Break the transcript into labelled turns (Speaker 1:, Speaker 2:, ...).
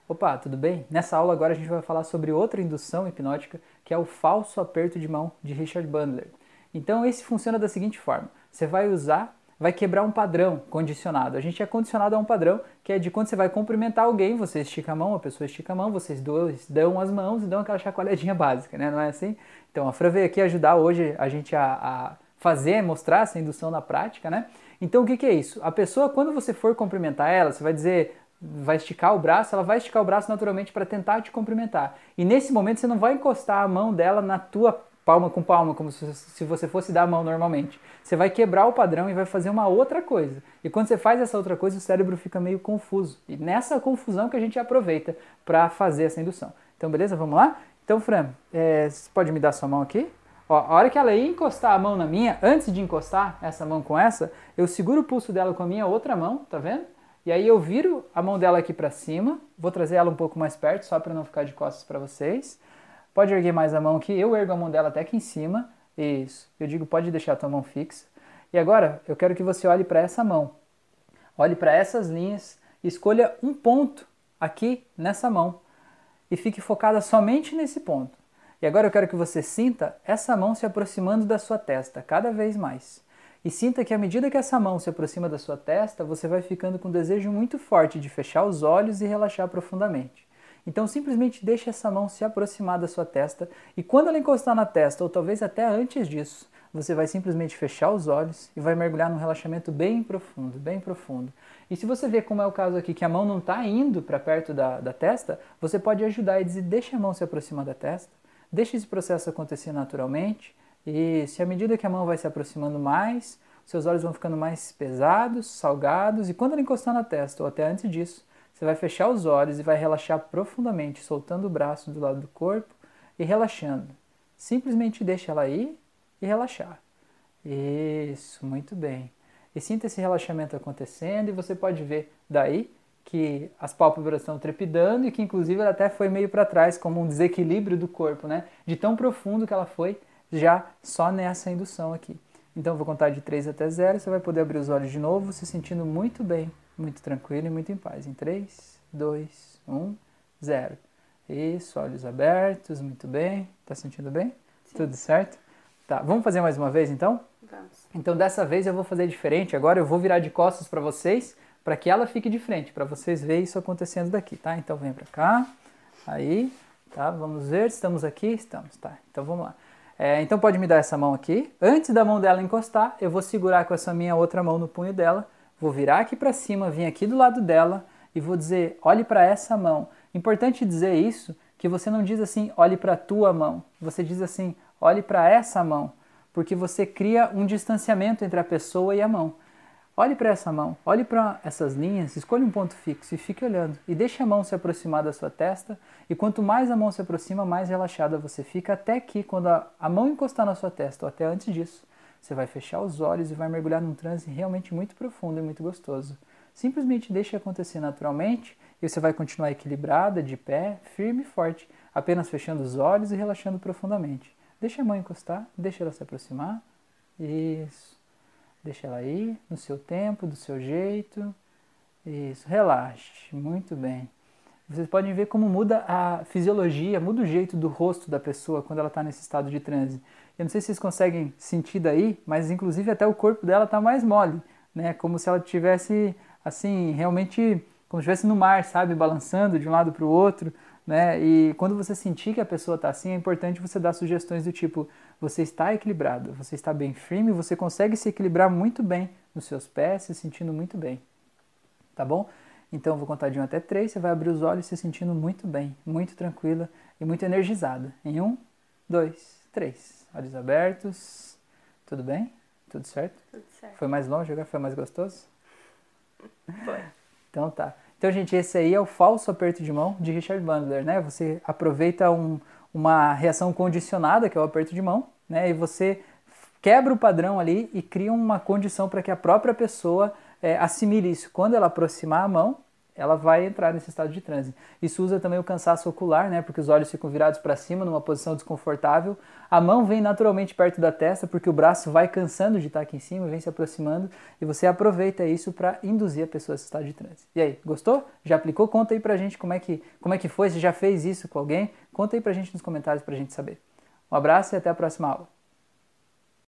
Speaker 1: Opa, tudo bem? Nessa aula agora a gente vai falar sobre outra indução hipnótica, que é o falso aperto de mão de Richard Bandler. Então esse funciona da seguinte forma: você vai usar, vai quebrar um padrão condicionado. A gente é condicionado a um padrão que é de quando você vai cumprimentar alguém, você estica a mão, a pessoa estica a mão, vocês dois dão as mãos e dão aquela chacoalhadinha básica, né? Não é assim? Então a Fran veio aqui ajudar hoje a gente a fazer, mostrar essa indução na prática, né? Então o que é isso? A pessoa, quando você for cumprimentar ela, você vai dizer, vai esticar o braço, ela vai esticar o braço naturalmente para tentar te cumprimentar. E nesse momento você não vai encostar a mão dela na tua palma com palma, como se você fosse dar a mão normalmente. Você vai quebrar o padrão e vai fazer uma outra coisa. E quando você faz essa outra coisa, o cérebro fica meio confuso. E nessa confusão que a gente aproveita para fazer essa indução. Então, beleza? Vamos lá? Então, Fran, você pode me dar sua mão aqui? Ó, a hora que ela ia encostar a mão na minha, antes de encostar essa mão com essa, eu seguro o pulso dela com a minha outra mão, tá vendo? E aí eu viro a mão dela aqui para cima, vou trazer ela um pouco mais perto, só para não ficar de costas para vocês. Pode erguer mais a mão aqui, eu ergo a mão dela até aqui em cima. Isso, eu digo pode deixar a tua mão fixa. E agora eu quero que você olhe para essa mão. Olhe para essas linhas, escolha um ponto aqui nessa mão e fique focada somente nesse ponto. E agora eu quero que você sinta essa mão se aproximando da sua testa cada vez mais. E sinta que à medida que essa mão se aproxima da sua testa, você vai ficando com um desejo muito forte de fechar os olhos e relaxar profundamente. Então simplesmente deixe essa mão se aproximar da sua testa e quando ela encostar na testa, ou talvez até antes disso, você vai simplesmente fechar os olhos e vai mergulhar num relaxamento bem profundo, bem profundo. E se você vê como é o caso aqui, que a mão não está indo para perto da testa, você pode ajudar e dizer, deixa a mão se aproximar da testa, deixa esse processo acontecer naturalmente, e se à medida que a mão vai se aproximando mais, seus olhos vão ficando mais pesados, salgados, e quando ela encostar na testa, ou até antes disso, você vai fechar os olhos e vai relaxar profundamente, soltando o braço do lado do corpo e relaxando. Simplesmente deixa ela ir e relaxar. Isso, muito bem. E sinta esse relaxamento acontecendo e você pode ver daí que as pálpebras estão trepidando e que inclusive ela até foi meio para trás, como um desequilíbrio do corpo, né? De tão profundo que ela foi já só nessa indução aqui. Então eu vou contar de 3 até 0, você vai poder abrir os olhos de novo, se sentindo muito bem, muito tranquilo e muito em paz. Em 3, 2, 1, 0. Isso, olhos abertos, muito bem. Tá sentindo bem? Sim. Tudo certo? Tá, vamos fazer mais uma vez então?
Speaker 2: Vamos.
Speaker 1: Então dessa vez eu vou fazer diferente. Agora eu vou virar de costas para vocês, para que ela fique de frente, para vocês verem isso acontecendo daqui, tá? Então vem para cá. Aí, tá? Vamos ver, estamos aqui? Estamos, tá? Então vamos lá. Então pode me dar essa mão aqui. Antes da mão dela encostar, eu vou segurar com essa minha outra mão no punho dela, vou virar aqui para cima, vir aqui do lado dela e vou dizer, olhe para essa mão. Importante dizer isso, que você não diz assim, olhe para a tua mão. Você diz assim, olhe para essa mão, porque você cria um distanciamento entre a pessoa e a mão. Olhe para essa mão, olhe para essas linhas, escolha um ponto fixo e fique olhando. E deixe a mão se aproximar da sua testa. E quanto mais a mão se aproxima, mais relaxada você fica. Até que, quando a mão encostar na sua testa, ou até antes disso, você vai fechar os olhos e vai mergulhar num transe realmente muito profundo e muito gostoso. Simplesmente deixe acontecer naturalmente e você vai continuar equilibrada, de pé, firme e forte, apenas fechando os olhos e relaxando profundamente. Deixe a mão encostar, deixe ela se aproximar. Isso. Deixa ela ir no seu tempo, do seu jeito. Isso, relaxe, muito bem. Vocês podem ver como muda a fisiologia, muda o jeito do rosto da pessoa quando ela está nesse estado de transe. Eu não sei se vocês conseguem sentir daí, mas inclusive até o corpo dela está mais mole, né? Como se ela tivesse, assim, realmente, como se estivesse no mar, sabe? Balançando de um lado para o outro, né? E quando você sentir que a pessoa está assim, é importante você dar sugestões do tipo, você está equilibrado, você está bem firme, você consegue se equilibrar muito bem nos seus pés, se sentindo muito bem, tá bom? Então eu vou contar de 1 até 3, você vai abrir os olhos se sentindo muito bem, muito tranquila e muito energizada. Em 1, 2, 3. Olhos abertos. Tudo bem? Tudo certo?
Speaker 2: Tudo certo.
Speaker 1: Foi mais longe agora? Foi mais gostoso?
Speaker 2: Foi.
Speaker 1: Então tá. Então, gente, esse aí é o falso aperto de mão de Richard Bandler, né? Você aproveita uma reação condicionada, que é o aperto de mão, né? E você quebra o padrão ali e cria uma condição para que a própria pessoa assimile isso. Quando ela aproximar a mão, ela vai entrar nesse estado de transe. Isso usa também o cansaço ocular, né, porque os olhos ficam virados para cima numa posição desconfortável. A mão vem naturalmente perto da testa porque o braço vai cansando de estar aqui em cima, vem se aproximando e você aproveita isso para induzir a pessoa a esse estado de transe. E aí, gostou? Já aplicou? Conta aí pra gente como é que foi, se já fez isso com alguém. Conta aí pra gente nos comentários pra gente saber. Um abraço e até a próxima aula.